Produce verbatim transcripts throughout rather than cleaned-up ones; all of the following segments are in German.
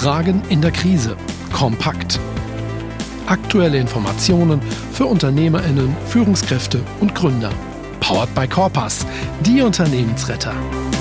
Fragen in der Krise. Kompakt. Aktuelle Informationen für UnternehmerInnen, Führungskräfte und Gründer. Powered by Corpus, die Unternehmensretter.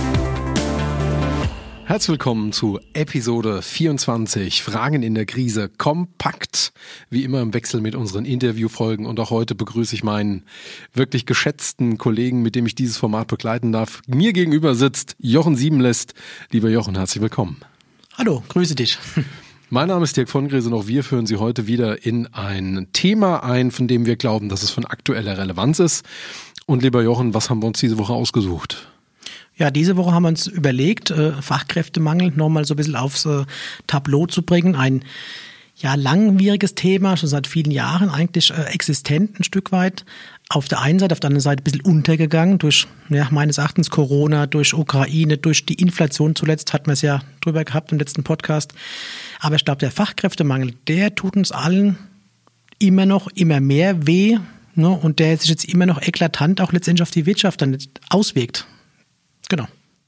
Herzlich willkommen zu Episode vierundzwanzig, Fragen in der Krise, kompakt, wie immer im Wechsel mit unseren Interviewfolgen, und auch heute begrüße ich meinen wirklich geschätzten Kollegen, mit dem ich dieses Format begleiten darf. Mir gegenüber sitzt Jochen Siebenlest. Lieber Jochen, herzlich willkommen. Hallo, grüße dich. Mein Name ist Dirk von Griese und auch wir führen Sie heute wieder in ein Thema ein, von dem wir glauben, dass es von aktueller Relevanz ist. Und lieber Jochen, was haben wir uns diese Woche ausgesucht? Ja, diese Woche haben wir uns überlegt, äh, Fachkräftemangel nochmal so ein bisschen aufs äh, Tableau zu bringen. Ein ja langwieriges Thema, schon seit vielen Jahren eigentlich äh, existent ein Stück weit. Auf der einen Seite, auf der anderen Seite ein bisschen untergegangen durch, ja, meines Erachtens Corona, durch Ukraine, durch die Inflation zuletzt, hatten wir es ja drüber gehabt im letzten Podcast. Aber ich glaube, der Fachkräftemangel, der tut uns allen immer noch, immer mehr weh, ne? Und der sich jetzt immer noch eklatant auch letztendlich auf die Wirtschaft dann auswirkt. Genau.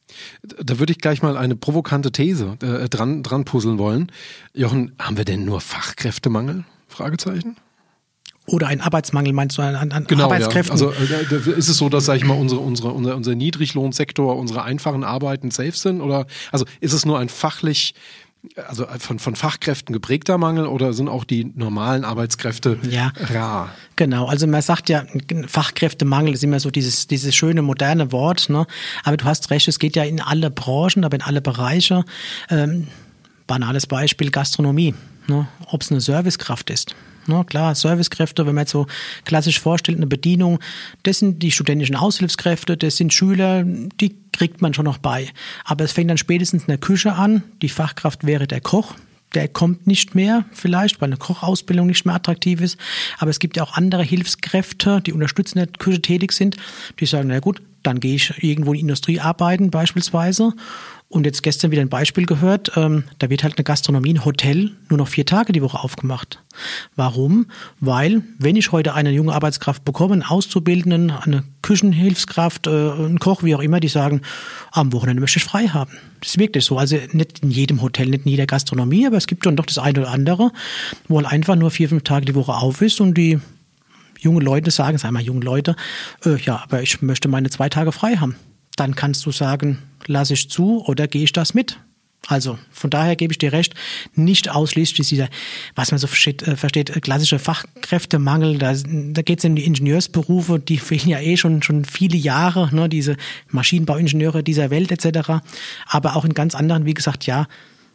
Da würde ich gleich mal eine provokante These äh, dran, dran puzzeln wollen. Jochen, haben wir denn nur Fachkräftemangel? Fragezeichen? Oder ein Arbeitsmangel, meinst du, an, an genau, Arbeitskräften? Ja. Also äh, ist es so, dass, sag ich mal, unsere, unsere, unser, unser Niedriglohnsektor, unsere einfachen Arbeiten safe sind? Oder also ist es nur ein fachlich, also von, von Fachkräften geprägter Mangel, oder sind auch die normalen Arbeitskräfte ja, rar? Genau, also man sagt ja, Fachkräftemangel ist immer so dieses, dieses schöne, moderne Wort, ne? Aber du hast recht, es geht ja in alle Branchen, aber in alle Bereiche. Ähm, banales Beispiel, Gastronomie, ne? Ob es eine Servicekraft ist. Na klar, Servicekräfte, wenn man jetzt so klassisch vorstellt, eine Bedienung, das sind die studentischen Aushilfskräfte, das sind Schüler, die kriegt man schon noch bei. Aber es fängt dann spätestens in der Küche an, die Fachkraft wäre der Koch. Der kommt nicht mehr vielleicht, weil eine Kochausbildung nicht mehr attraktiv ist. Aber es gibt ja auch andere Hilfskräfte, die unterstützend in der Küche tätig sind, die sagen, na gut, dann gehe ich irgendwo in die Industrie arbeiten beispielsweise. Und jetzt gestern wieder ein Beispiel gehört, ähm, da wird halt eine Gastronomie, ein Hotel, nur noch vier Tage die Woche aufgemacht. Warum? Weil, wenn ich heute eine junge Arbeitskraft bekomme, einen Auszubildenden, eine Küchenhilfskraft, äh, einen Koch, wie auch immer, die sagen, am Wochenende möchte ich frei haben. Das ist wirklich so. Also nicht in jedem Hotel, nicht in jeder Gastronomie, aber es gibt dann doch das eine oder andere, wo halt einfach nur vier, fünf Tage die Woche auf ist und die junge Leute sagen, sagen wir junge Leute, äh, ja, aber ich möchte meine zwei Tage frei haben. Dann kannst du sagen, lasse ich zu oder gehe ich das mit? Also von daher gebe ich dir recht, nicht ausschließlich dieser, was man so versteht, äh, versteht klassische Fachkräftemangel, da, da geht es um die Ingenieursberufe, die fehlen ja eh schon schon viele Jahre, ne, diese Maschinenbauingenieure dieser Welt et cetera. Aber auch in ganz anderen, wie gesagt, ja,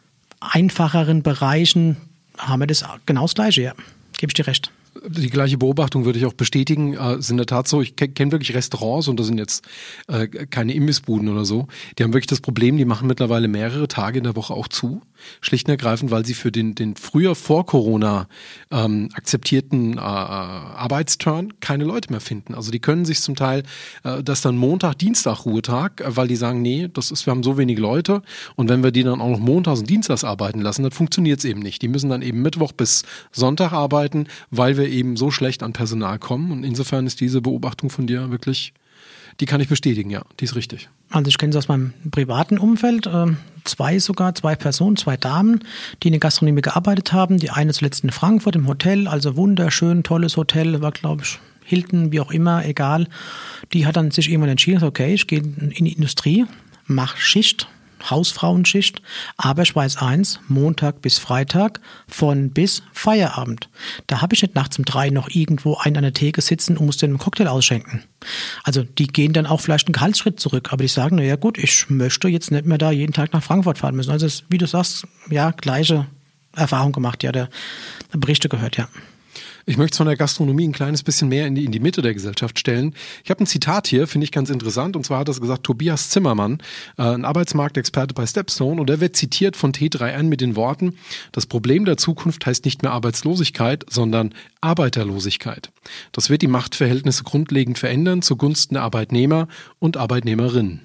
einfacheren Bereichen haben wir das genau das Gleiche, ja, gebe ich dir recht. Die gleiche Beobachtung würde ich auch bestätigen. Es ist in der Tat so, ich kenne wirklich Restaurants, und das sind jetzt äh, keine Imbissbuden oder so, die haben wirklich das Problem, die machen mittlerweile mehrere Tage in der Woche auch zu. Schlicht und ergreifend, weil sie für den, den früher vor Corona ähm, akzeptierten äh, Arbeitsturn keine Leute mehr finden. Also die können sich zum Teil, äh, das ist dann Montag, Dienstag Ruhetag, äh, weil die sagen, nee, das ist, wir haben so wenig Leute, und wenn wir die dann auch noch montags und dienstags arbeiten lassen, dann funktioniert es eben nicht. Die müssen dann eben Mittwoch bis Sonntag arbeiten, weil wir eben so schlecht an Personal kommen. Und insofern ist diese Beobachtung von dir wirklich, die kann ich bestätigen, ja, die ist richtig. Also ich kenne es aus meinem privaten Umfeld, äh, zwei sogar, zwei Personen, zwei Damen, die in der Gastronomie gearbeitet haben. Die eine zuletzt in Frankfurt im Hotel, also wunderschön, tolles Hotel, war glaube ich Hilton, wie auch immer, egal. Die hat dann sich irgendwann entschieden, okay, ich gehe in die Industrie, mache Schicht, Hausfrauenschicht, aber ich weiß eins, Montag bis Freitag von bis Feierabend. Da habe ich nicht nachts um drei noch irgendwo einen an der Theke sitzen und muss den einen Cocktail ausschenken. Also die gehen dann auch vielleicht einen Gehaltsschritt zurück, aber die sagen, na ja gut, ich möchte jetzt nicht mehr da jeden Tag nach Frankfurt fahren müssen. Also das, wie du sagst, ja, gleiche Erfahrung gemacht, ja, der Berichte gehört, ja. Ich möchte es von der Gastronomie ein kleines bisschen mehr in die, in die Mitte der Gesellschaft stellen. Ich habe ein Zitat hier, finde ich ganz interessant, und zwar hat das gesagt Tobias Zimmermann, äh, ein Arbeitsmarktexperte bei Stepstone, und er wird zitiert von T drei N mit den Worten: Das Problem der Zukunft heißt nicht mehr Arbeitslosigkeit, sondern Arbeiterlosigkeit. Das wird die Machtverhältnisse grundlegend verändern zugunsten der Arbeitnehmer und Arbeitnehmerinnen.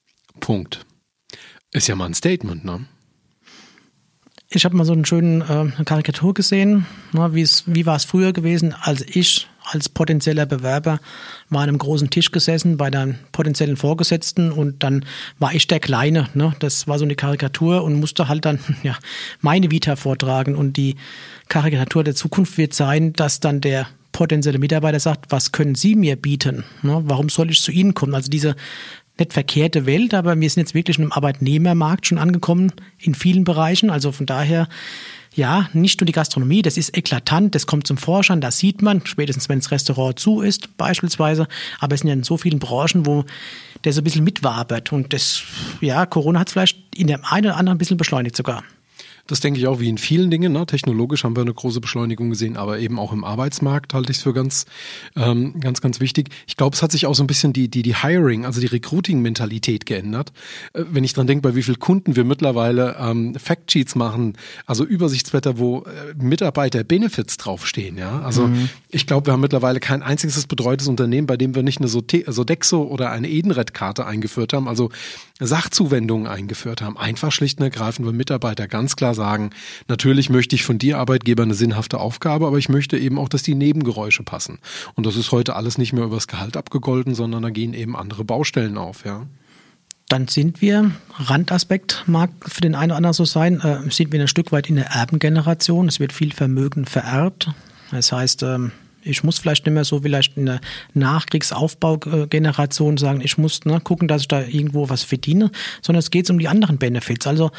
Punkt. Ist ja mal ein Statement, ne? Ich habe mal so einen schönen äh, eine Karikatur gesehen, ne, wie es, wie war es früher gewesen, als ich als potenzieller Bewerber, war an einem großen Tisch gesessen bei deinem potenziellen Vorgesetzten und dann war ich der Kleine, ne? Das war so eine Karikatur und musste halt dann ja meine Vita vortragen und die Karikatur der Zukunft wird sein, dass dann der potenzielle Mitarbeiter sagt, was können Sie mir bieten? Ne? Warum soll ich zu Ihnen kommen? Also diese nicht verkehrte Welt, aber wir sind jetzt wirklich in einem Arbeitnehmermarkt schon angekommen in vielen Bereichen. Also von daher, ja, nicht nur die Gastronomie, das ist eklatant, das kommt zum Vorschein, das sieht man, spätestens wenn das Restaurant zu ist beispielsweise, aber es sind ja in so vielen Branchen, wo der so ein bisschen mitwabert und das, ja, Corona hat es vielleicht in dem einen oder anderen ein bisschen beschleunigt sogar. Das denke ich auch wie in vielen Dingen. Ne? Technologisch haben wir eine große Beschleunigung gesehen, aber eben auch im Arbeitsmarkt halte ich es für ganz, ähm, ganz, ganz wichtig. Ich glaube, es hat sich auch so ein bisschen die, die, die Hiring, also die Recruiting-Mentalität geändert. Äh, wenn ich dran denke, bei wie vielen Kunden wir mittlerweile ähm, Factsheets machen, also Übersichtsblätter, wo äh, Mitarbeiter-Benefits draufstehen. Ja? Also mhm. ich glaube, wir haben mittlerweile kein einziges betreutes Unternehmen, bei dem wir nicht eine Sodexo oder eine Edenred-Karte eingeführt haben, also Sachzuwendungen eingeführt haben. Einfach schlicht und ergreifend, weil Mitarbeiter ganz klar sagen, natürlich möchte ich von dir, Arbeitgeber, eine sinnhafte Aufgabe, aber ich möchte eben auch, dass die Nebengeräusche passen. Und das ist heute alles nicht mehr übers Gehalt abgegolten, sondern da gehen eben andere Baustellen auf, ja. Dann sind wir, Randaspekt mag für den einen oder anderen so sein, äh, sind wir ein Stück weit in der Erbengeneration. Es wird viel Vermögen vererbt. Das heißt, ähm, ich muss vielleicht nicht mehr so vielleicht in der Nachkriegsaufbaugeneration sagen, ich muss ne, gucken, dass ich da irgendwo was verdiene, sondern es geht um die anderen Benefits. Also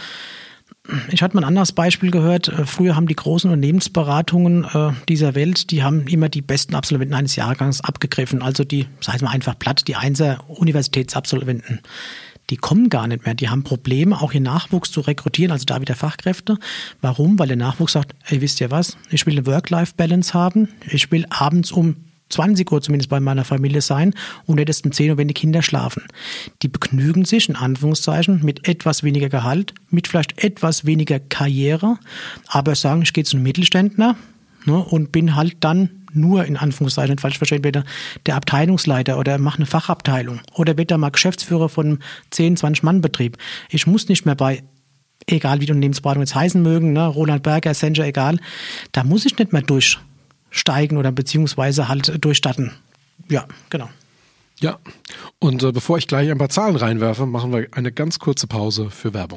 ich hatte mal ein anderes Beispiel gehört. Früher haben die großen Unternehmensberatungen äh, dieser Welt, die haben immer die besten Absolventen eines Jahrgangs abgegriffen. Also die, sag ich mal einfach platt, die Einser-Universitätsabsolventen. Die kommen gar nicht mehr. Die haben Probleme, auch hier Nachwuchs zu rekrutieren, also da wieder Fachkräfte. Warum? Weil der Nachwuchs sagt, ey, wisst ihr was? Ich will eine Work-Life-Balance haben. Ich will abends um zwanzig Uhr zumindest bei meiner Familie sein und nicht erst um zehn Uhr, wenn die Kinder schlafen. Die begnügen sich, in Anführungszeichen, mit etwas weniger Gehalt, mit vielleicht etwas weniger Karriere, aber sagen, ich gehe zu einem Mittelständler ne, und bin halt dann nur, in Anführungszeichen, falsch verstehen, werde der Abteilungsleiter oder mache eine Fachabteilung oder werde da mal Geschäftsführer von einem zehn, zwanzig Mann Betrieb. Ich muss nicht mehr bei, egal wie die Unternehmensberatung jetzt heißen mögen, ne, Roland Berger, Accenture, egal, da muss ich nicht mehr durch steigen oder beziehungsweise halt durchstatten. Ja, genau. Ja, und äh, bevor ich gleich ein paar Zahlen reinwerfe, machen wir eine ganz kurze Pause für Werbung.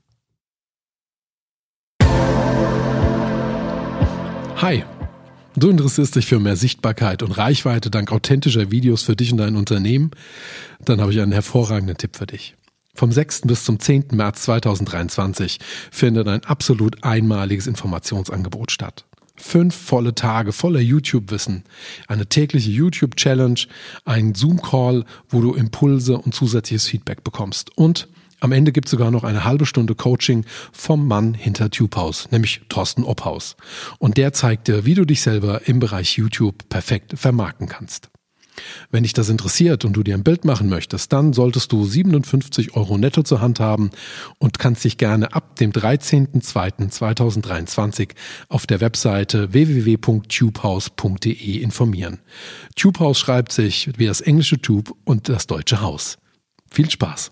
Hi, du interessierst dich für mehr Sichtbarkeit und Reichweite dank authentischer Videos für dich und dein Unternehmen? Dann habe ich einen hervorragenden Tipp für dich. Vom sechsten bis zum zehnten März zweitausenddreiundzwanzig findet ein absolut einmaliges Informationsangebot statt. Fünf volle Tage voller YouTube-Wissen, eine tägliche YouTube-Challenge, ein Zoom-Call, wo du Impulse und zusätzliches Feedback bekommst. Und am Ende gibt es sogar noch eine halbe Stunde Coaching vom Mann hinter TubeHaus, nämlich Thorsten Obhaus. Und der zeigt dir, wie du dich selber im Bereich YouTube perfekt vermarkten kannst. Wenn dich das interessiert und du dir ein Bild machen möchtest, dann solltest du siebenundfünfzig Euro netto zur Hand haben und kannst dich gerne ab dem dreizehnten zweiten zweitausenddreiundzwanzig auf der Webseite w w w punkt tubehaus punkt d e informieren. TubeHaus schreibt sich wie das englische Tube und das deutsche Haus. Viel Spaß!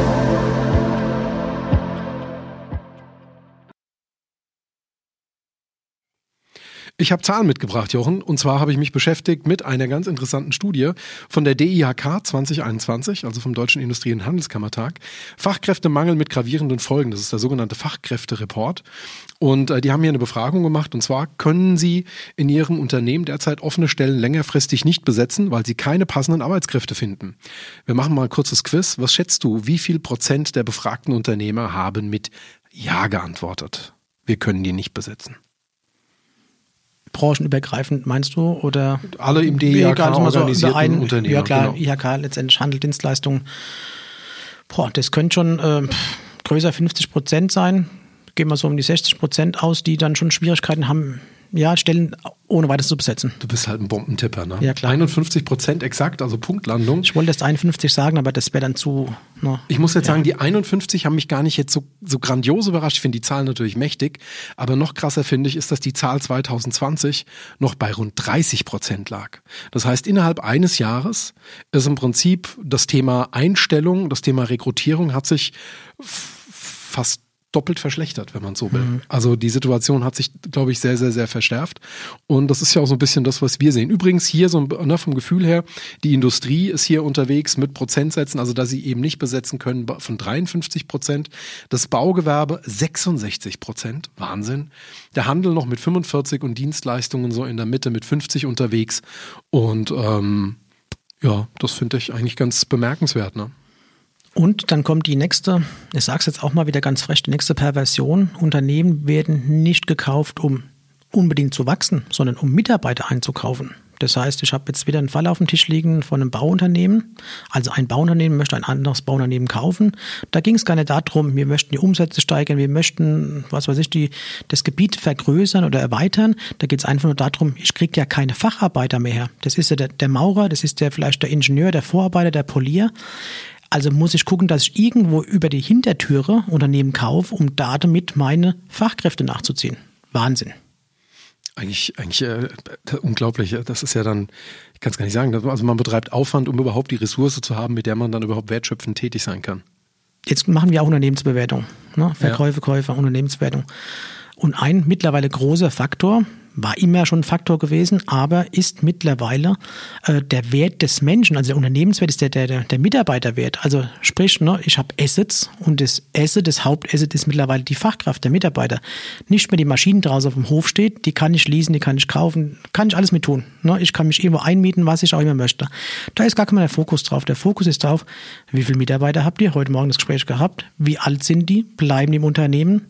Ich habe Zahlen mitgebracht, Jochen, und zwar habe ich mich beschäftigt mit einer ganz interessanten Studie von der D I H K zwanzig einundzwanzig, also vom Deutschen Industrie- und Handelskammertag. Fachkräftemangel mit gravierenden Folgen, das ist der sogenannte Fachkräftereport. Und äh, die haben hier eine Befragung gemacht, und zwar können Sie in Ihrem Unternehmen derzeit offene Stellen längerfristig nicht besetzen, weil Sie keine passenden Arbeitskräfte finden. Wir machen mal ein kurzes Quiz. Was schätzt du, wie viel Prozent der befragten Unternehmer haben mit Ja geantwortet? Wir können die nicht besetzen. Branchenübergreifend meinst du? Oder alle im D I H K organisierten so ein, Unternehmen. Ja klar, genau. I H K letztendlich Handel, Dienstleistungen. Boah, das könnte schon äh, größer fünfzig Prozent sein. Gehen wir so um die sechzig Prozent aus, die dann schon Schwierigkeiten haben, ja, Stellen ohne weiteres zu besetzen. Du bist halt ein Bombentipper, ne? Ja, klar. einundfünfzig Prozent exakt, also Punktlandung. Ich wollte erst einundfünfzig sagen, aber das wäre dann zu... Ne, ich muss jetzt ja. sagen, die einundfünfzig haben mich gar nicht jetzt so, so grandios überrascht. Ich finde die Zahl natürlich mächtig, aber noch krasser finde ich, ist, dass die Zahl zwanzig zwanzig noch bei rund dreißig Prozent lag. Das heißt, innerhalb eines Jahres ist im Prinzip das Thema Einstellung, das Thema Rekrutierung hat sich f- fast doppelt verschlechtert, wenn man so will. Mhm. Also die Situation hat sich, glaube ich, sehr, sehr, sehr verschärft. Und das ist ja auch so ein bisschen das, was wir sehen. Übrigens hier so ne, vom Gefühl her, die Industrie ist hier unterwegs mit Prozentsätzen, also dass sie eben nicht besetzen können von dreiundfünfzig Prozent. Das Baugewerbe sechsundsechzig Prozent. Wahnsinn. Der Handel noch mit fünfundvierzig und Dienstleistungen so in der Mitte mit fünfzig unterwegs. Und ähm, ja, das finde ich eigentlich ganz bemerkenswert, ne? Und dann kommt die nächste, ich sage es jetzt auch mal wieder ganz frech, die nächste Perversion. Unternehmen werden nicht gekauft, um unbedingt zu wachsen, sondern um Mitarbeiter einzukaufen. Das heißt, ich habe jetzt wieder einen Fall auf dem Tisch liegen von einem Bauunternehmen. Also ein Bauunternehmen möchte ein anderes Bauunternehmen kaufen. Da ging es gar nicht darum, wir möchten die Umsätze steigern, wir möchten, was weiß ich, die, das Gebiet vergrößern oder erweitern. Da geht es einfach nur darum, ich kriege ja keine Facharbeiter mehr her. Das ist ja der, der Maurer, das ist der vielleicht der Ingenieur, der Vorarbeiter, der Polier. Also muss ich gucken, dass ich irgendwo über die Hintertüre Unternehmen kaufe, um damit meine Fachkräfte nachzuziehen. Wahnsinn. Eigentlich, eigentlich äh, unglaublich. Das ist ja dann, ich kann es gar nicht sagen, also man betreibt Aufwand, um überhaupt die Ressource zu haben, mit der man dann überhaupt wertschöpfend tätig sein kann. Jetzt machen wir auch Unternehmensbewertung, ne? Verkäufe, ja. Käufer, Unternehmensbewertung. Und ein mittlerweile großer Faktor, war immer schon ein Faktor gewesen, aber ist mittlerweile äh, der Wert des Menschen, also der Unternehmenswert ist der, der, der Mitarbeiterwert. Also sprich, ne, ich habe Assets und das Asset, das Hauptasset ist mittlerweile die Fachkraft, der Mitarbeiter. Nicht mehr die Maschinen draußen auf dem Hof steht, die kann ich leasen, die kann ich kaufen, kann ich alles mit tun. Ne? Ich kann mich irgendwo einmieten, was ich auch immer möchte. Da ist gar kein Fokus drauf. Der Fokus ist drauf, wie viele Mitarbeiter habt ihr? Heute Morgen das Gespräch gehabt. Wie alt sind die? Bleiben die im Unternehmen?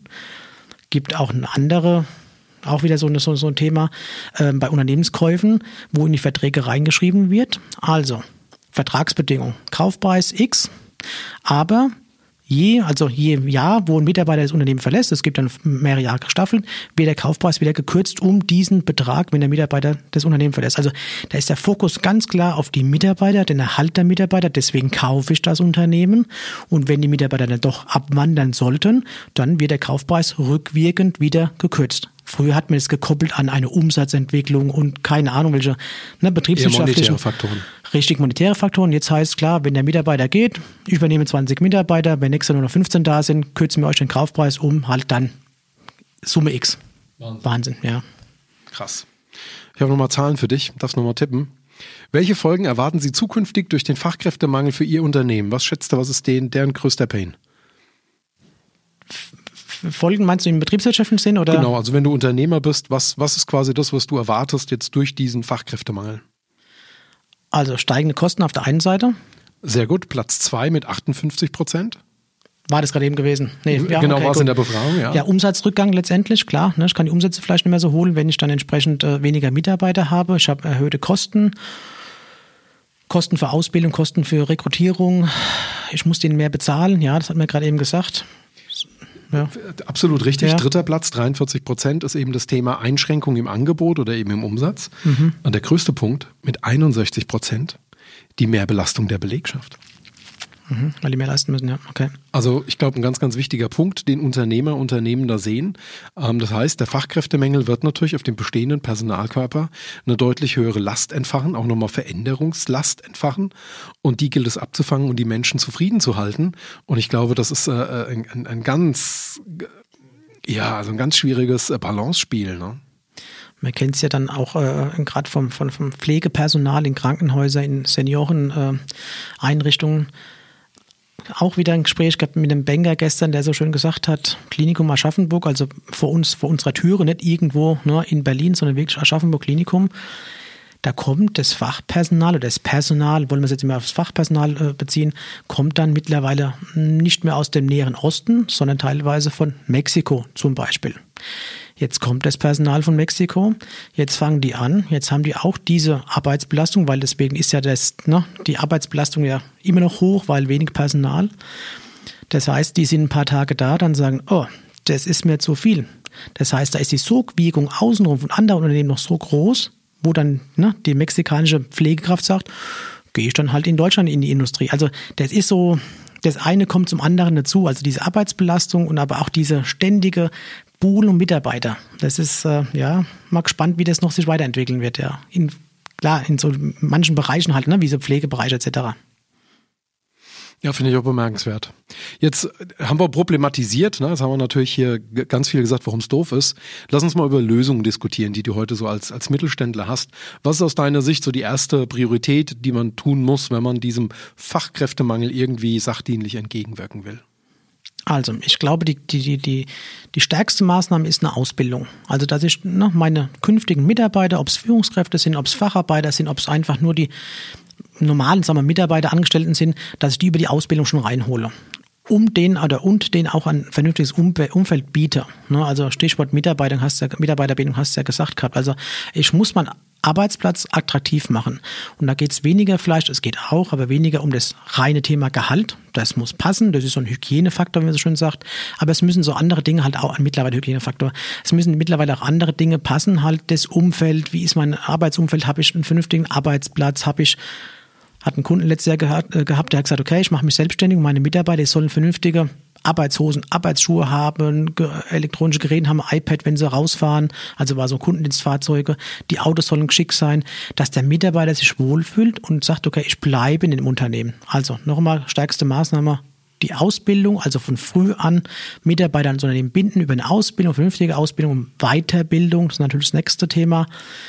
Gibt auch eine andere Auch wieder so, eine, so, so ein Thema äh, bei Unternehmenskäufen, wo in die Verträge reingeschrieben wird. Also Vertragsbedingungen, Kaufpreis X, aber je, also je Jahr, wo ein Mitarbeiter das Unternehmen verlässt, es gibt dann mehrere Jahre Staffeln, wird der Kaufpreis wieder gekürzt um diesen Betrag, wenn der Mitarbeiter das Unternehmen verlässt. Also da ist der Fokus ganz klar auf die Mitarbeiter, den Erhalt der Mitarbeiter, deswegen kaufe ich das Unternehmen. Und wenn die Mitarbeiter dann doch abwandern sollten, dann wird der Kaufpreis rückwirkend wieder gekürzt. Früher hat man es gekoppelt an eine Umsatzentwicklung und keine Ahnung, welche ne, betriebswirtschaftlichen, monetäre Faktoren. Richtig monetäre Faktoren. Jetzt heißt es klar, wenn der Mitarbeiter geht, ich übernehme zwanzig Mitarbeiter, wenn nächstes Jahr nur noch fünfzehn da sind, kürzen wir euch den Kaufpreis um, halt dann Summe X. Wahnsinn, Wahnsinn ja. Krass. Ich habe nochmal Zahlen für dich, darfst nochmal tippen. Welche Folgen erwarten Sie zukünftig durch den Fachkräftemangel für Ihr Unternehmen? Was schätzt du, was ist deren, deren größter Pain? Folgen meinst du im betriebswirtschaftlichen Sinn? Oder? Genau, also wenn du Unternehmer bist, was, was ist quasi das, was du erwartest jetzt durch diesen Fachkräftemangel? Also steigende Kosten auf der einen Seite. Sehr gut, Platz zwei mit achtundfünfzig Prozent. War das gerade eben gewesen? Nee, ja, genau, okay, war es gut. in der Befragung, ja. Ja, Umsatzrückgang letztendlich, klar. Ne, ich kann die Umsätze vielleicht nicht mehr so holen, wenn ich dann entsprechend äh, weniger Mitarbeiter habe. Ich habe erhöhte Kosten. Kosten für Ausbildung, Kosten für Rekrutierung. Ich muss denen mehr bezahlen, ja, das hat mir gerade eben gesagt. Ja. Absolut richtig. Ja. Dritter Platz, dreiundvierzig Prozent, ist eben das Thema Einschränkung im Angebot oder eben im Umsatz. Mhm. Und der größte Punkt mit einundsechzig Prozent, die Mehrbelastung der Belegschaft. Mhm, weil die mehr leisten müssen, ja, okay. Also ich glaube, ein ganz, ganz wichtiger Punkt, den Unternehmer, Unternehmen da sehen. Ähm, das heißt, der Fachkräftemangel wird natürlich auf dem bestehenden Personalkörper eine deutlich höhere Last entfachen, auch nochmal Veränderungslast entfachen. Und die gilt es abzufangen und die Menschen zufrieden zu halten. Und ich glaube, das ist äh, ein, ein, ein ganz, ja, also ein ganz schwieriges äh, Balance-Spiel, ne? Man kennt es ja dann auch äh, gerade vom, vom, vom Pflegepersonal in Krankenhäusern, in Senioreneinrichtungen. Äh, Auch wieder ein Gespräch gehabt mit einem Banker gestern, der so schön gesagt hat, Klinikum Aschaffenburg, also vor uns, vor unserer Türe, nicht irgendwo ne, in Berlin, sondern wirklich Aschaffenburg Klinikum. Da kommt das Fachpersonal oder das Personal, wollen wir es jetzt immer aufs Fachpersonal äh, beziehen, kommt dann mittlerweile nicht mehr aus dem Näheren Osten, sondern teilweise von Mexiko zum Beispiel. Jetzt kommt das Personal von Mexiko, jetzt fangen die an, jetzt haben die auch diese Arbeitsbelastung, weil deswegen ist ja das, ne, die Arbeitsbelastung ja immer noch hoch, weil wenig Personal. Das heißt, die sind ein paar Tage da, dann sagen, oh, das ist mir zu viel. Das heißt, da ist die Sogwirkung außenrum von anderen Unternehmen noch so groß, wo dann ne, die mexikanische Pflegekraft sagt, gehe ich dann halt in Deutschland in die Industrie. Also das ist so, das eine kommt zum anderen dazu, also diese Arbeitsbelastung und aber auch diese ständige Buhl und Mitarbeiter. Das ist, äh, ja, mal gespannt, wie das noch sich weiterentwickeln wird, ja. In, klar, in so manchen Bereichen halt, ne, wie so Pflegebereich et cetera. Ja, finde ich auch bemerkenswert. Jetzt haben wir problematisiert, ne? Jetzt haben wir natürlich hier ganz viel gesagt, warum es doof ist. Lass uns mal über Lösungen diskutieren, die du heute so als, als Mittelständler hast. Was ist aus deiner Sicht so die erste Priorität, die man tun muss, wenn man diesem Fachkräftemangel irgendwie sachdienlich entgegenwirken will? Also, ich glaube, die, die, die, die stärkste Maßnahme ist eine Ausbildung. Also, dass ich ne, meine künftigen Mitarbeiter, ob es Führungskräfte sind, ob es Facharbeiter sind, ob es einfach nur die normalen, sagen wir, Mitarbeiter, Angestellten sind, dass ich die über die Ausbildung schon reinhole. Um den oder und den auch ein vernünftiges Umfeld biete. Ne, also Stichwort Mitarbeiter, hast ja, Mitarbeiterbildung hast du ja gesagt gehabt. Also ich muss meinen Arbeitsplatz attraktiv machen. Und da geht es weniger vielleicht, es geht auch, aber weniger um das reine Thema Gehalt. Das muss passen, das ist so ein Hygienefaktor, wie man so schön sagt. Aber es müssen so andere Dinge halt auch, mittlerweile Hygienefaktor, es müssen mittlerweile auch andere Dinge passen, halt das Umfeld, wie ist mein Arbeitsumfeld, habe ich einen vernünftigen Arbeitsplatz, habe ich Hat einen Kunden letztes Jahr gehabt, der hat gesagt, okay, ich mache mich selbstständig und meine Mitarbeiter sollen vernünftige Arbeitshosen, Arbeitsschuhe haben, elektronische Geräte haben, iPad, wenn sie rausfahren, also war so Kundendienstfahrzeuge, die Autos sollen geschickt sein, dass der Mitarbeiter sich wohlfühlt und sagt, okay, ich bleibe in dem Unternehmen. Also nochmal stärkste Maßnahme, die Ausbildung, also von früh an Mitarbeiter ans Unternehmen binden über eine Ausbildung, vernünftige Ausbildung und Weiterbildung, das ist natürlich das nächste Thema.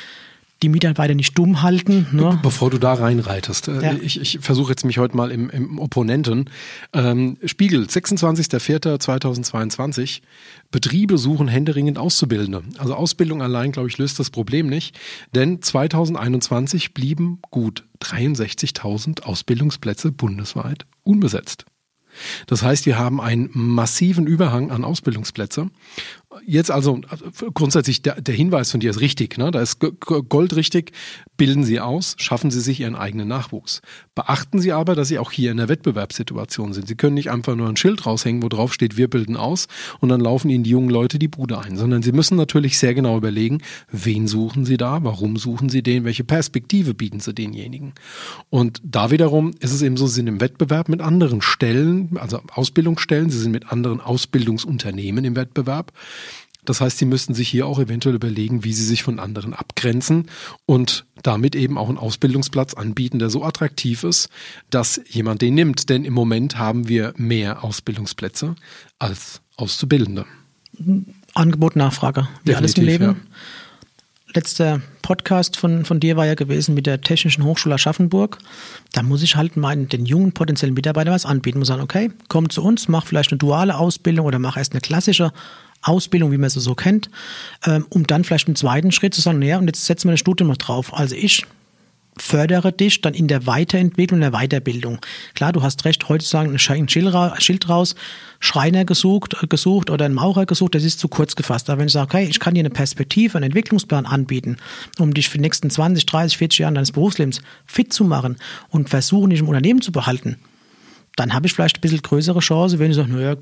Die Mitarbeiter nicht dumm halten. Ne? Bevor du da reinreitest, Ja. ich, ich versuche jetzt mich heute mal im, im Opponenten. Ähm, Spiegel, sechsundzwanzigster vierter zweitausendzweiundzwanzig. Betriebe suchen händeringend Auszubildende. Also Ausbildung allein, glaube ich, löst das Problem nicht. Denn zweitausendeinundzwanzig blieben gut dreiundsechzigtausend Ausbildungsplätze bundesweit unbesetzt. Das heißt, wir haben einen massiven Überhang an Ausbildungsplätze. Jetzt also grundsätzlich der, der Hinweis von dir ist richtig, ne? Da ist goldrichtig, bilden Sie aus, schaffen Sie sich Ihren eigenen Nachwuchs. Beachten Sie aber, dass Sie auch hier in der Wettbewerbssituation sind. Sie können nicht einfach nur ein Schild raushängen, wo drauf steht, wir bilden aus und dann laufen Ihnen die jungen Leute die Bude ein, sondern Sie müssen natürlich sehr genau überlegen, wen suchen Sie da, warum suchen Sie den, welche Perspektive bieten Sie denjenigen. Und da wiederum ist es eben so, Sie sind im Wettbewerb mit anderen Stellen, also Ausbildungsstellen, Sie sind mit anderen Ausbildungsunternehmen im Wettbewerb. Das heißt, Sie müssten sich hier auch eventuell überlegen, wie Sie sich von anderen abgrenzen und damit eben auch einen Ausbildungsplatz anbieten, der so attraktiv ist, dass jemand den nimmt. Denn im Moment haben wir mehr Ausbildungsplätze als Auszubildende. Angebot, Nachfrage, wie Definitiv, alles im Leben. Ja. Letzter Podcast von, von dir war ja gewesen mit der Technischen Hochschule Aschaffenburg. Da muss ich halt meinen, den jungen potenziellen Mitarbeitern was anbieten. Muss sagen, okay, komm zu uns, mach vielleicht eine duale Ausbildung oder mach erst eine klassische Ausbildung, wie man sie so kennt, ähm, um dann vielleicht einen zweiten Schritt zu sagen, naja, und jetzt setzen wir eine Studium noch drauf. Also ich fördere dich dann in der Weiterentwicklung, in der Weiterbildung. Klar, du hast recht, heute sagen, ein Schild raus, Schreiner gesucht, gesucht oder ein Maurer gesucht, das ist zu kurz gefasst. Aber wenn ich sage, okay, ich kann dir eine Perspektive, einen Entwicklungsplan anbieten, um dich für die nächsten zwanzig, dreißig, vierzig Jahre deines Berufslebens fit zu machen und versuchen, dich im Unternehmen zu behalten, dann habe ich vielleicht ein bisschen größere Chance, wenn ich sage, naja,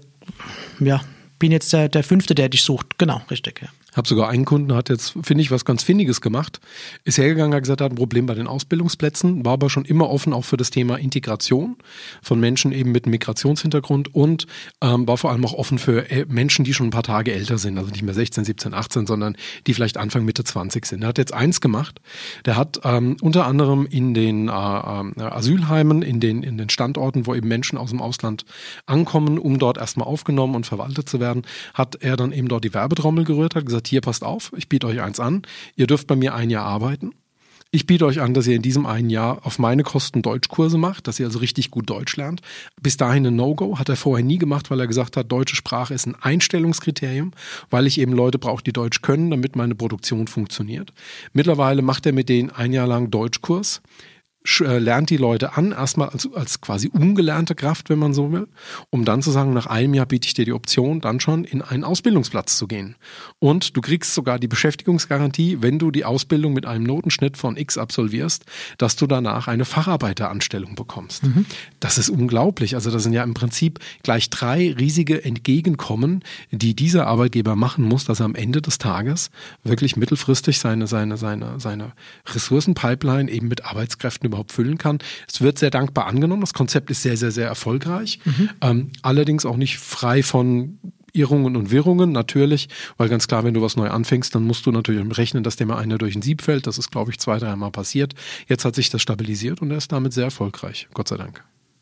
ja, bin jetzt der, der Fünfte, der dich sucht. Genau, richtig, ja. Ich habe sogar einen Kunden, hat jetzt, finde ich, was ganz Findiges gemacht. Ist hergegangen, hat gesagt, er hat ein Problem bei den Ausbildungsplätzen, war aber schon immer offen auch für das Thema Integration von Menschen eben mit einem Migrationshintergrund und ähm, war vor allem auch offen für äh, Menschen, die schon ein paar Tage älter sind, also nicht mehr sechzehn, siebzehn, achtzehn, sondern die vielleicht Anfang, Mitte zwanzig sind. Er hat jetzt eins gemacht, der hat ähm, unter anderem in den äh, äh, Asylheimen, in den, in den Standorten, wo eben Menschen aus dem Ausland ankommen, um dort erstmal aufgenommen und verwaltet zu werden, hat er dann eben dort die Werbetrommel gerührt, hat gesagt, hier passt auf, ich biete euch eins an, ihr dürft bei mir ein Jahr arbeiten. Ich biete euch an, dass ihr in diesem einen Jahr auf meine Kosten Deutschkurse macht, dass ihr also richtig gut Deutsch lernt. Bis dahin ein No-Go, hat er vorher nie gemacht, weil er gesagt hat, deutsche Sprache ist ein Einstellungskriterium, weil ich eben Leute brauche, die Deutsch können, damit meine Produktion funktioniert. Mittlerweile macht er mit denen ein Jahr lang Deutschkurs, lernt die Leute an, erstmal als, als quasi ungelernte Kraft, wenn man so will, um dann zu sagen, nach einem Jahr biete ich dir die Option, dann schon in einen Ausbildungsplatz zu gehen. Und du kriegst sogar die Beschäftigungsgarantie, wenn du die Ausbildung mit einem Notenschnitt von X absolvierst, dass du danach eine Facharbeiteranstellung bekommst. Mhm. Das ist unglaublich. Also das sind ja im Prinzip gleich drei riesige Entgegenkommen, die dieser Arbeitgeber machen muss, dass er am Ende des Tages wirklich mittelfristig seine, seine, seine, seine Ressourcenpipeline eben mit Arbeitskräften überhaupt füllen kann. Es wird sehr dankbar angenommen. Das Konzept ist sehr, sehr, sehr erfolgreich. Mhm. Ähm, allerdings auch nicht frei von Irrungen und Wirrungen, natürlich, weil ganz klar, wenn du was neu anfängst, dann musst du natürlich rechnen, dass dir mal einer durch ein Sieb fällt. Das ist, glaube ich, zwei, dreimal passiert. Jetzt hat sich das stabilisiert und er ist damit sehr erfolgreich. Gott sei Dank.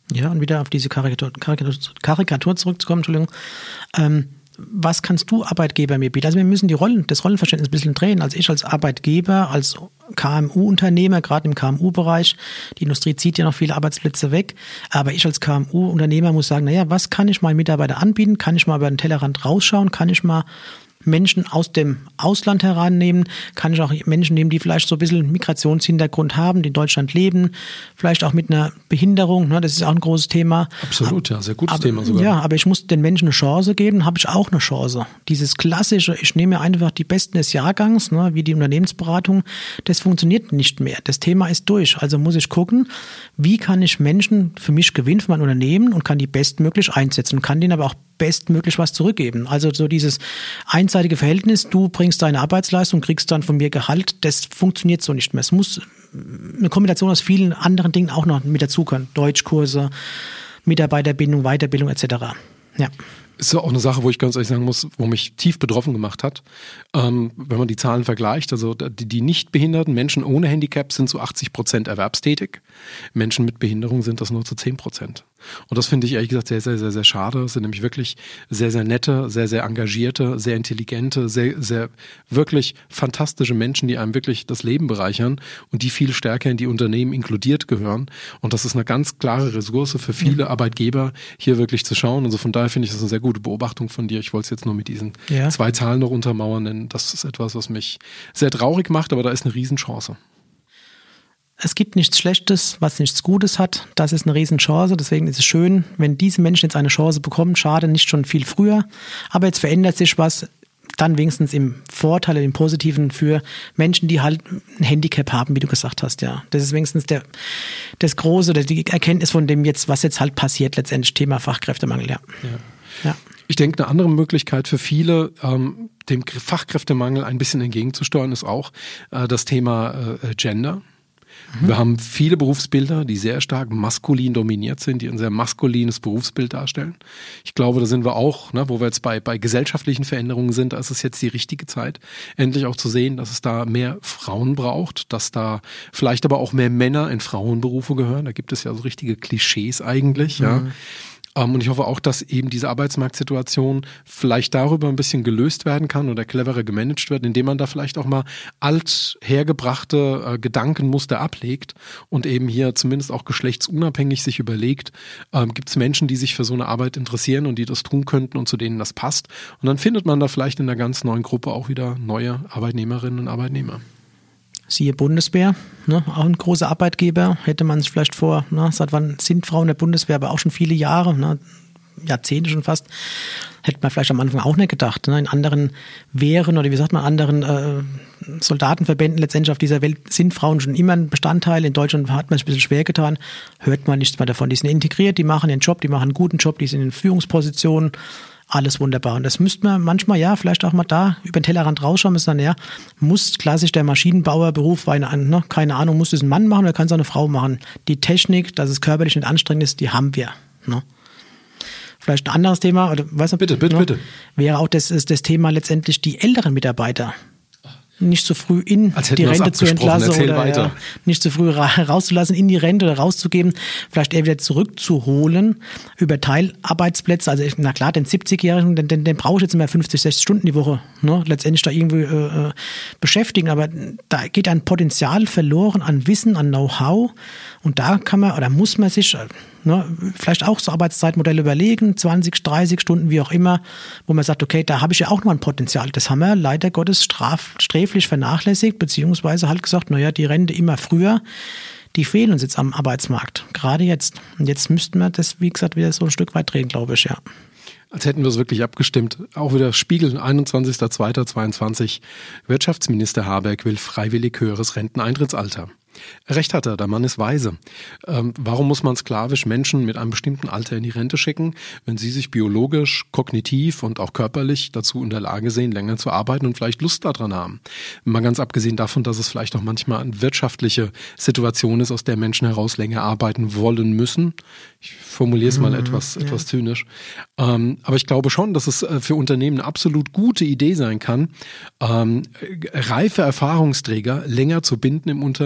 Ja, und wieder auf diese Karikatur, Karikatur, Karikatur zurückzukommen, Entschuldigung. Ähm, was kannst du Arbeitgeber mir bieten? Also wir müssen die Rollen, das Rollenverständnis ein bisschen drehen. Also ich als Arbeitgeber, als K M U-Unternehmer, gerade im K M U-Bereich, die Industrie zieht ja noch viele Arbeitsplätze weg, aber ich als K M U-Unternehmer muss sagen, naja, was kann ich meinen Mitarbeitern anbieten? Kann ich mal über den Tellerrand rausschauen? Kann ich mal Menschen aus dem Ausland herannehmen, kann ich auch Menschen nehmen, die vielleicht so ein bisschen Migrationshintergrund haben, die in Deutschland leben, vielleicht auch mit einer Behinderung, ne, das ist auch ein großes Thema. Absolut, ja, sehr gutes aber, Thema sogar. Ja, aber ich muss den Menschen eine Chance geben, habe ich auch eine Chance. Dieses klassische, ich nehme einfach die Besten des Jahrgangs, ne, wie die Unternehmensberatung, das funktioniert nicht mehr. Das Thema ist durch, also muss ich gucken, wie kann ich Menschen für mich gewinnen, für mein Unternehmen und kann die bestmöglich einsetzen und kann denen aber auch bestmöglich was zurückgeben. Also so dieses einseitige Verhältnis, du bringst deine Arbeitsleistung, kriegst dann von mir Gehalt, das funktioniert so nicht mehr. Es muss eine Kombination aus vielen anderen Dingen auch noch mit dazu können. Deutschkurse, Mitarbeiterbindung, Weiterbildung et cetera. Ja. Ist ja auch eine Sache, wo ich ganz ehrlich sagen muss, wo mich tief betroffen gemacht hat. Ähm, wenn man die Zahlen vergleicht, also die, die nicht behinderten Menschen ohne Handicap sind zu achtzig Prozent erwerbstätig. Menschen mit Behinderung sind das nur zu zehn Prozent. Und das finde ich ehrlich gesagt sehr, sehr, sehr, sehr schade. Es sind nämlich wirklich sehr, sehr nette, sehr, sehr engagierte, sehr intelligente, sehr, sehr wirklich fantastische Menschen, die einem wirklich das Leben bereichern und die viel stärker in die Unternehmen inkludiert gehören. Und das ist eine ganz klare Ressource für viele mhm. Arbeitgeber, hier wirklich zu schauen. Also von daher finde ich das eine sehr gute Beobachtung von dir. Ich wollte es jetzt nur mit diesen ja. zwei Zahlen noch untermauern, denn das ist etwas, was mich sehr traurig macht, aber da ist eine Riesenchance. Es gibt nichts Schlechtes, was nichts Gutes hat. Das ist eine Riesenchance. Deswegen ist es schön, wenn diese Menschen jetzt eine Chance bekommen. Schade, nicht schon viel früher. Aber jetzt verändert sich was, dann wenigstens im Vorteil, im Positiven für Menschen, die halt ein Handicap haben, wie du gesagt hast. Ja, das ist wenigstens der, das Große, die Erkenntnis von dem jetzt, was jetzt halt passiert, letztendlich Thema Fachkräftemangel. Ja. Ja. Ja. Ich denke, eine andere Möglichkeit für viele, ähm, dem Fachkräftemangel ein bisschen entgegenzusteuern, ist auch äh, das Thema äh, Gender. Wir haben viele Berufsbilder, die sehr stark maskulin dominiert sind, die ein sehr maskulines Berufsbild darstellen. Ich glaube, da sind wir auch, ne, wo wir jetzt bei, bei gesellschaftlichen Veränderungen sind, da ist es jetzt die richtige Zeit, endlich auch zu sehen, dass es da mehr Frauen braucht, dass da vielleicht aber auch mehr Männer in Frauenberufe gehören. Da gibt es ja so richtige Klischees eigentlich, mhm. ja. Und ich hoffe auch, dass eben diese Arbeitsmarktsituation vielleicht darüber ein bisschen gelöst werden kann oder cleverer gemanagt wird, indem man da vielleicht auch mal althergebrachte äh, Gedankenmuster ablegt und eben hier zumindest auch geschlechtsunabhängig sich überlegt, ähm, gibt es Menschen, die sich für so eine Arbeit interessieren und die das tun könnten und zu denen das passt. Und dann findet man da vielleicht in einer ganz neuen Gruppe auch wieder neue Arbeitnehmerinnen und Arbeitnehmer. Siehe Bundeswehr, ne, auch ein großer Arbeitgeber, hätte man sich vielleicht vor, ne, seit wann sind Frauen in der Bundeswehr, aber auch schon viele Jahre, ne, Jahrzehnte schon fast, hätte man vielleicht am Anfang auch nicht gedacht. Ne. In anderen Wehren oder wie sagt man, anderen äh, Soldatenverbänden letztendlich auf dieser Welt sind Frauen schon immer ein Bestandteil. In Deutschland hat man sich ein bisschen schwer getan, hört man nichts mehr davon. Die sind integriert, die machen ihren Job, die machen einen guten Job, die sind in Führungspositionen. Alles wunderbar. Und das müsste man manchmal, ja, vielleicht auch mal da über den Tellerrand rausschauen und sagen, ja, muss klassisch der Maschinenbauerberuf, weil, ne, keine Ahnung, muss das ein Mann machen oder kann es auch eine Frau machen? Die Technik, dass es körperlich nicht anstrengend ist, die haben wir. Ne? Vielleicht ein anderes Thema, oder was? Bitte, bitte, ne, bitte. Wäre auch das, das Thema letztendlich die älteren Mitarbeiter. Nicht so früh in die Rente zu entlassen oder ja, nicht so früh ra- rauszulassen, in die Rente oder rauszugeben, vielleicht eher wieder zurückzuholen über Teilarbeitsplätze. Also na klar, den siebzigjährigen, den, den, den brauche ich jetzt nicht mehr fünfzig, sechzig Stunden die Woche, ne, letztendlich da irgendwie äh, beschäftigen, aber da geht ein Potenzial verloren an Wissen, an Know-how und da kann man oder muss man sich ne, vielleicht auch so Arbeitszeitmodelle überlegen, zwanzig, dreißig Stunden, wie auch immer, wo man sagt, okay, da habe ich ja auch noch ein Potenzial. Das haben wir leider Gottes straf, sträflich vernachlässigt, beziehungsweise halt gesagt, naja, die Rente immer früher, die fehlen uns jetzt am Arbeitsmarkt, gerade jetzt. Und jetzt müssten wir das, wie gesagt, wieder so ein Stück weit drehen, glaube ich, ja. Als hätten wir es wirklich abgestimmt. Auch wieder Spiegel, einundzwanzigster zweiter zweiundzwanzig. Wirtschaftsminister Habeck will freiwillig höheres Renteneintrittsalter. Recht hat er, der Mann ist weise. Ähm, warum muss man sklavisch Menschen mit einem bestimmten Alter in die Rente schicken, wenn sie sich biologisch, kognitiv und auch körperlich dazu in der Lage sehen, länger zu arbeiten und vielleicht Lust daran haben? Mal ganz abgesehen davon, dass es vielleicht auch manchmal eine wirtschaftliche Situation ist, aus der Menschen heraus länger arbeiten wollen müssen. Ich formuliere es mal mhm, etwas, ja. etwas zynisch. Ähm, aber ich glaube schon, dass es für Unternehmen eine absolut gute Idee sein kann, ähm, reife Erfahrungsträger länger zu binden im Unternehmen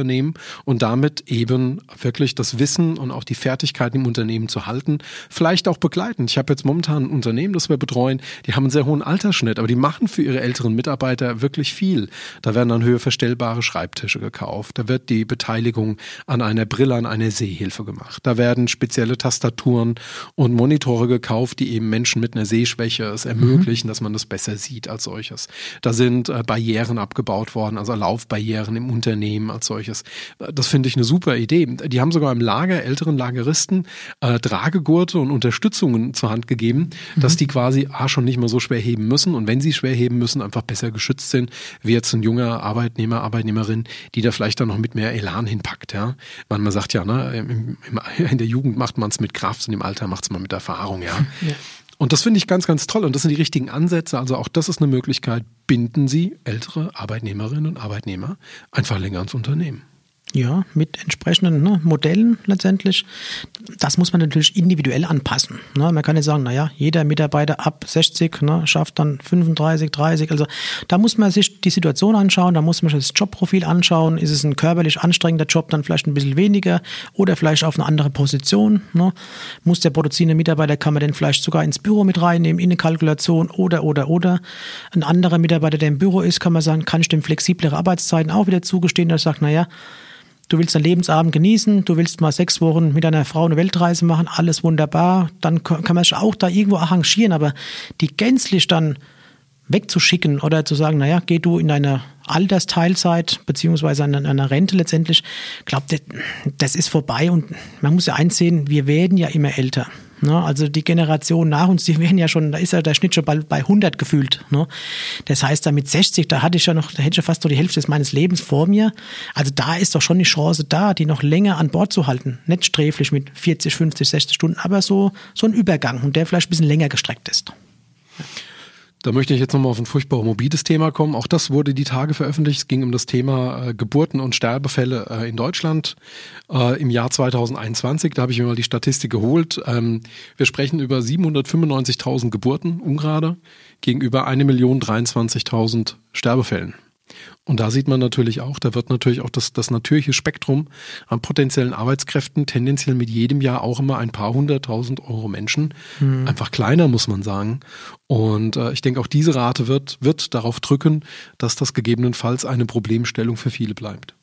und damit eben wirklich das Wissen und auch die Fertigkeiten im Unternehmen zu halten, vielleicht auch begleiten. Ich habe jetzt momentan ein Unternehmen, das wir betreuen, die haben einen sehr hohen Altersschnitt, aber die machen für ihre älteren Mitarbeiter wirklich viel. Da werden dann höhenverstellbare Schreibtische gekauft, da wird die Beteiligung an einer Brille, an einer Sehhilfe gemacht, da werden spezielle Tastaturen und Monitore gekauft, die eben Menschen mit einer Sehschwäche es ermöglichen, mhm. dass man das besser sieht als solches. Da sind äh, Barrieren abgebaut worden, also Laufbarrieren im Unternehmen als solches. Das finde ich eine super Idee. Die haben sogar im Lager älteren Lageristen äh, Tragegurte und Unterstützungen zur Hand gegeben, mhm. dass die quasi ah, schon nicht mehr so schwer heben müssen und wenn sie schwer heben müssen, einfach besser geschützt sind, wie jetzt ein junger Arbeitnehmer, Arbeitnehmerin, die da vielleicht dann noch mit mehr Elan hinpackt. Ja? Man, man sagt ja, ne, im, im, in der Jugend macht man es mit Kraft und im Alter macht es man mit Erfahrung. Ja. ja. Und das finde ich ganz, ganz toll. Und das sind die richtigen Ansätze. Also auch das ist eine Möglichkeit. Binden Sie ältere Arbeitnehmerinnen und Arbeitnehmer einfach länger ans Unternehmen. Ja, mit entsprechenden ne, Modellen letztendlich. Das muss man natürlich individuell anpassen. Ne? Man kann nicht sagen, naja, jeder Mitarbeiter ab sechzig ne, schafft dann fünfunddreißig, dreißig. Also da muss man sich die Situation anschauen, da muss man sich das Jobprofil anschauen. Ist es ein körperlich anstrengender Job, dann vielleicht ein bisschen weniger oder vielleicht auf eine andere Position. Ne? Muss der produzierende Mitarbeiter, kann man den vielleicht sogar ins Büro mit reinnehmen, in eine Kalkulation oder, oder, oder. Ein anderer Mitarbeiter, der im Büro ist, kann man sagen, kann ich dem flexiblere Arbeitszeiten auch wieder zugestehen, dass ich sage, naja, du willst deinen Lebensabend genießen, du willst mal sechs Wochen mit deiner Frau eine Weltreise machen, alles wunderbar, dann kann man sich auch da irgendwo arrangieren, aber die gänzlich dann wegzuschicken oder zu sagen, naja, geh du in deine Altersteilzeit beziehungsweise an einer Rente letztendlich, ich glaube, das ist vorbei und man muss ja einsehen, wir werden ja immer älter. Ne? Also die Generation nach uns, die werden ja schon, da ist ja der Schnitt schon bald bei hundert gefühlt. Ne? Das heißt, da mit sechzig, da hatte ich ja noch, da hätte ich ja fast noch die Hälfte meines Lebens vor mir. Also da ist doch schon die Chance da, die noch länger an Bord zu halten. Nicht sträflich mit vierzig, fünfzig, sechzig Stunden, aber so, so ein Übergang und der vielleicht ein bisschen länger gestreckt ist. Ja. Da möchte ich jetzt nochmal auf ein furchtbar morbides Thema kommen. Auch das wurde die Tage veröffentlicht. Es ging um das Thema äh, Geburten und Sterbefälle äh, in Deutschland äh, im Jahr zweitausendeinundzwanzig. Da habe ich mir mal die Statistik geholt. Ähm, wir sprechen über siebenhundertfünfundneunzigtausend Geburten ungerade gegenüber eine Million dreiundzwanzigtausend Sterbefällen. Und da sieht man natürlich auch, da wird natürlich auch das, das natürliche Spektrum an potenziellen Arbeitskräften tendenziell mit jedem Jahr auch immer ein paar hunderttausend Euro Menschen mhm. einfach kleiner, muss man sagen. Und äh, ich denke, auch diese Rate wird, wird darauf drücken, dass das gegebenenfalls eine Problemstellung für viele bleibt.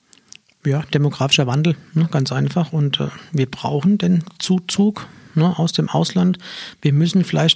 Ja, demografischer Wandel, ne, ganz einfach. Und äh, wir brauchen den Zuzug ne, aus dem Ausland. Wir müssen vielleicht...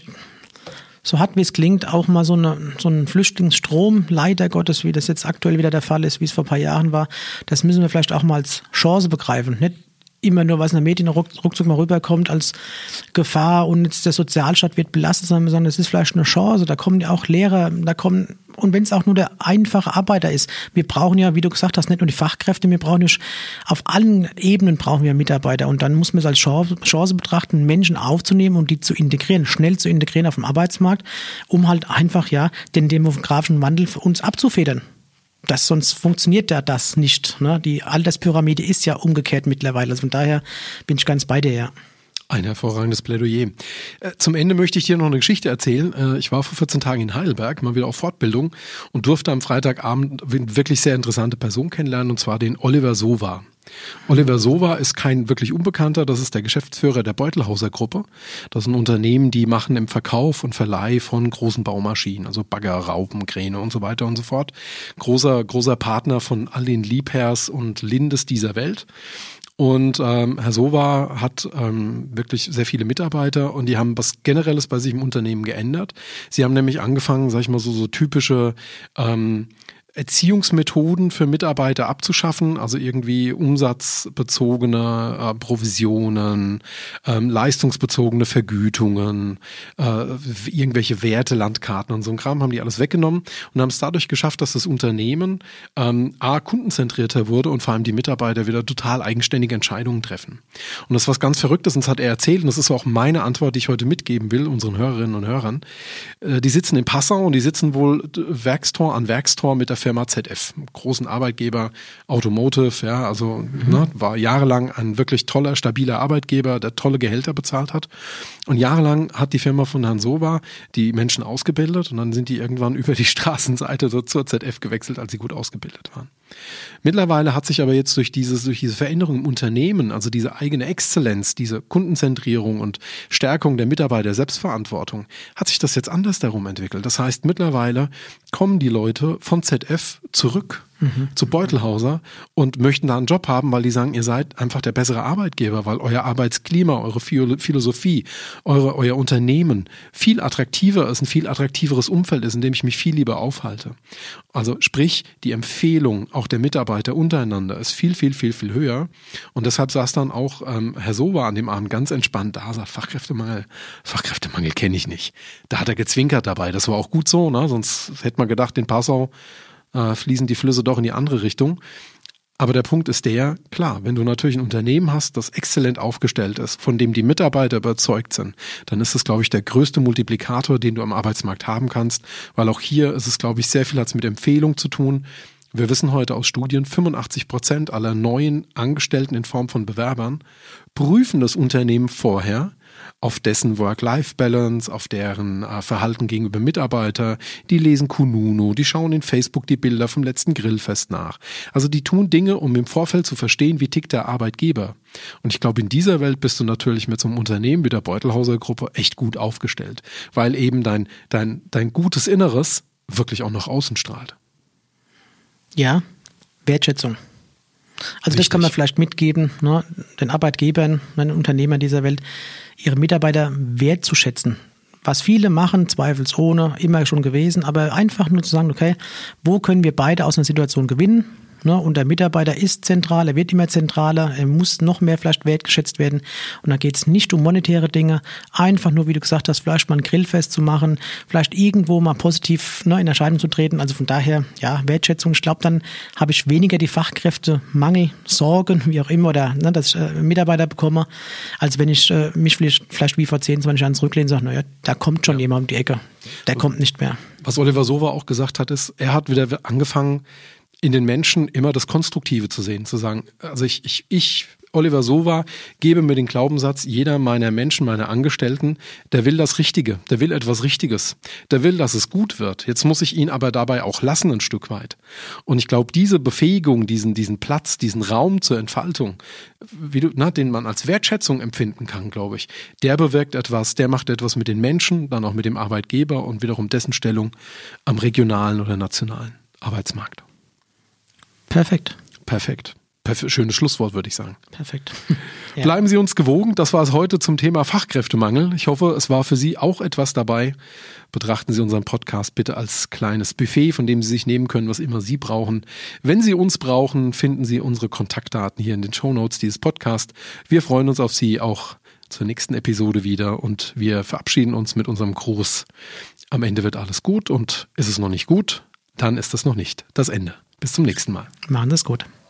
so hart wie es klingt, auch mal so, eine, so einen Flüchtlingsstrom, leider Gottes, wie das jetzt aktuell wieder der Fall ist, wie es vor ein paar Jahren war, das müssen wir vielleicht auch mal als Chance begreifen. Nicht immer nur, was in den Medien ruck, ruckzuck mal rüberkommt als Gefahr und jetzt der Sozialstaat wird belastet, sondern das ist vielleicht eine Chance. Da kommen ja auch Lehrer, da kommen, und wenn es auch nur der einfache Arbeiter ist, wir brauchen ja, wie du gesagt hast, nicht nur die Fachkräfte, wir brauchen nicht, auf allen Ebenen brauchen wir Mitarbeiter und dann muss man es als Chance, Chance betrachten, Menschen aufzunehmen und die zu integrieren, schnell zu integrieren auf dem Arbeitsmarkt, um halt einfach ja den demografischen Wandel für uns abzufedern. Das, sonst funktioniert ja das nicht. Ne? Die Alterspyramide ist ja umgekehrt mittlerweile. Also von daher bin ich ganz bei dir, ja. Ein hervorragendes Plädoyer. Zum Ende möchte ich dir noch eine Geschichte erzählen. Ich war vor vierzehn Tagen in Heidelberg, mal wieder auf Fortbildung und durfte am Freitagabend eine wirklich sehr interessante Person kennenlernen, und zwar den Oliver Sova. Oliver Sova ist kein wirklich Unbekannter, das ist der Geschäftsführer der Beutelhauser Gruppe. Das sind Unternehmen, die machen im Verkauf und Verleih von großen Baumaschinen, also Bagger, Raupen, Kräne und so weiter und so fort. Großer, großer Partner von all den Liebherrs und Lindes dieser Welt. Und ähm, Herr Sova hat ähm, wirklich sehr viele Mitarbeiter und die haben was Generelles bei sich im Unternehmen geändert. Sie haben nämlich angefangen, sag ich mal so, so typische ähm, Erziehungsmethoden für Mitarbeiter abzuschaffen, also irgendwie umsatzbezogene äh, Provisionen, ähm, leistungsbezogene Vergütungen, äh, irgendwelche Werte, Landkarten und so ein Kram, haben die alles weggenommen und haben es dadurch geschafft, dass das Unternehmen ähm, a, kundenzentrierter wurde und vor allem die Mitarbeiter wieder total eigenständige Entscheidungen treffen. Und das ist was ganz Verrücktes, und das hat er erzählt, und das ist auch meine Antwort, die ich heute mitgeben will, unseren Hörerinnen und Hörern. Äh, die sitzen in Passau und die sitzen wohl Werkstor an Werkstor mit der Firma Z F, einen großen Arbeitgeber, Automotive, ja, also mhm. ne, war jahrelang ein wirklich toller, stabiler Arbeitgeber, der tolle Gehälter bezahlt hat. Und jahrelang hat die Firma von Herrn Sowa die Menschen ausgebildet und dann sind die irgendwann über die Straßenseite so zur Z F gewechselt, als sie gut ausgebildet waren. Mittlerweile hat sich aber jetzt durch dieses, durch diese Veränderung im Unternehmen, also diese eigene Exzellenz, diese Kundenzentrierung und Stärkung der Mitarbeiter, Selbstverantwortung, hat sich das jetzt anders darum entwickelt. Das heißt, mittlerweile kommen die Leute von Z F zurück mhm. zu Beutelhauser und möchten da einen Job haben, weil die sagen, ihr seid einfach der bessere Arbeitgeber, weil euer Arbeitsklima, eure Philosophie, eure, euer Unternehmen viel attraktiver ist, ein viel attraktiveres Umfeld ist, in dem ich mich viel lieber aufhalte. Also sprich, die Empfehlung auch der Mitarbeiter untereinander ist viel, viel, viel, viel höher. Und deshalb saß dann auch ähm, Herr Sowa an dem Abend ganz entspannt da, sagt, Fachkräftemangel, Fachkräftemangel kenne ich nicht. Da hat er gezwinkert dabei, das war auch gut so, ne? Sonst hätte man gedacht, in Passau äh, fließen die Flüsse doch in die andere Richtung. Aber der Punkt ist der, klar, wenn du natürlich ein Unternehmen hast, das exzellent aufgestellt ist, von dem die Mitarbeiter überzeugt sind, dann ist das, glaube ich, der größte Multiplikator, den du am Arbeitsmarkt haben kannst, weil auch hier ist es, glaube ich, sehr viel hat es mit Empfehlung zu tun. Wir wissen heute aus Studien, fünfundachtzig Prozent aller neuen Angestellten in Form von Bewerbern prüfen das Unternehmen vorher auf dessen Work-Life-Balance, auf deren äh, Verhalten gegenüber Mitarbeiter. Die lesen Kununu, die schauen in Facebook die Bilder vom letzten Grillfest nach. Also die tun Dinge, um im Vorfeld zu verstehen, wie tickt der Arbeitgeber. Und ich glaube, in dieser Welt bist du natürlich mit so einem Unternehmen wie der Beutelhauser Gruppe echt gut aufgestellt, weil eben dein, dein, dein gutes Inneres wirklich auch nach außen strahlt. Ja, Wertschätzung. Also Richtig. Das kann man vielleicht mitgeben, ne, den Arbeitgebern, den Unternehmern dieser Welt, ihre Mitarbeiter wertzuschätzen. Was viele machen, zweifelsohne, immer schon gewesen, aber einfach nur zu sagen, okay, wo können wir beide aus einer Situation gewinnen? Ne, und der Mitarbeiter ist zentral, er wird immer zentraler, er muss noch mehr vielleicht wertgeschätzt werden. Und da geht es nicht um monetäre Dinge, einfach nur, wie du gesagt hast, vielleicht mal ein Grillfest zu machen, vielleicht irgendwo mal positiv ne, in Erscheinung zu treten. Also von daher, ja, Wertschätzung. Ich glaube, dann habe ich weniger die Fachkräftemangel, Sorgen, wie auch immer, oder ne, dass ich äh, Mitarbeiter bekomme, als wenn ich äh, mich vielleicht, vielleicht wie vor zehn, zwanzig Jahren zurücklehne und sage, naja, da kommt schon ja. jemand um die Ecke, der so, kommt nicht mehr. Was Oliver Sowa auch gesagt hat, ist, er hat wieder angefangen, in den Menschen immer das Konstruktive zu sehen, zu sagen, also ich, ich, ich, Oliver Sowa, gebe mir den Glaubenssatz, jeder meiner Menschen, meiner Angestellten, der will das Richtige, der will etwas Richtiges, der will, dass es gut wird. Jetzt muss ich ihn aber dabei auch lassen ein Stück weit. Und ich glaube, diese Befähigung, diesen, diesen Platz, diesen Raum zur Entfaltung, wie du, na, den man als Wertschätzung empfinden kann, glaube ich, der bewirkt etwas, der macht etwas mit den Menschen, dann auch mit dem Arbeitgeber und wiederum dessen Stellung am regionalen oder nationalen Arbeitsmarkt. Perfekt. Perfekt. Perf- schönes Schlusswort, würde ich sagen. Perfekt. Ja. Bleiben Sie uns gewogen. Das war es heute zum Thema Fachkräftemangel. Ich hoffe, es war für Sie auch etwas dabei. Betrachten Sie unseren Podcast bitte als kleines Buffet, von dem Sie sich nehmen können, was immer Sie brauchen. Wenn Sie uns brauchen, finden Sie unsere Kontaktdaten hier in den Shownotes dieses Podcasts. Wir freuen uns auf Sie auch zur nächsten Episode wieder und wir verabschieden uns mit unserem Gruß. Am Ende wird alles gut und ist es noch nicht gut, dann ist es noch nicht das Ende. Bis zum nächsten Mal. Machen Sie es gut.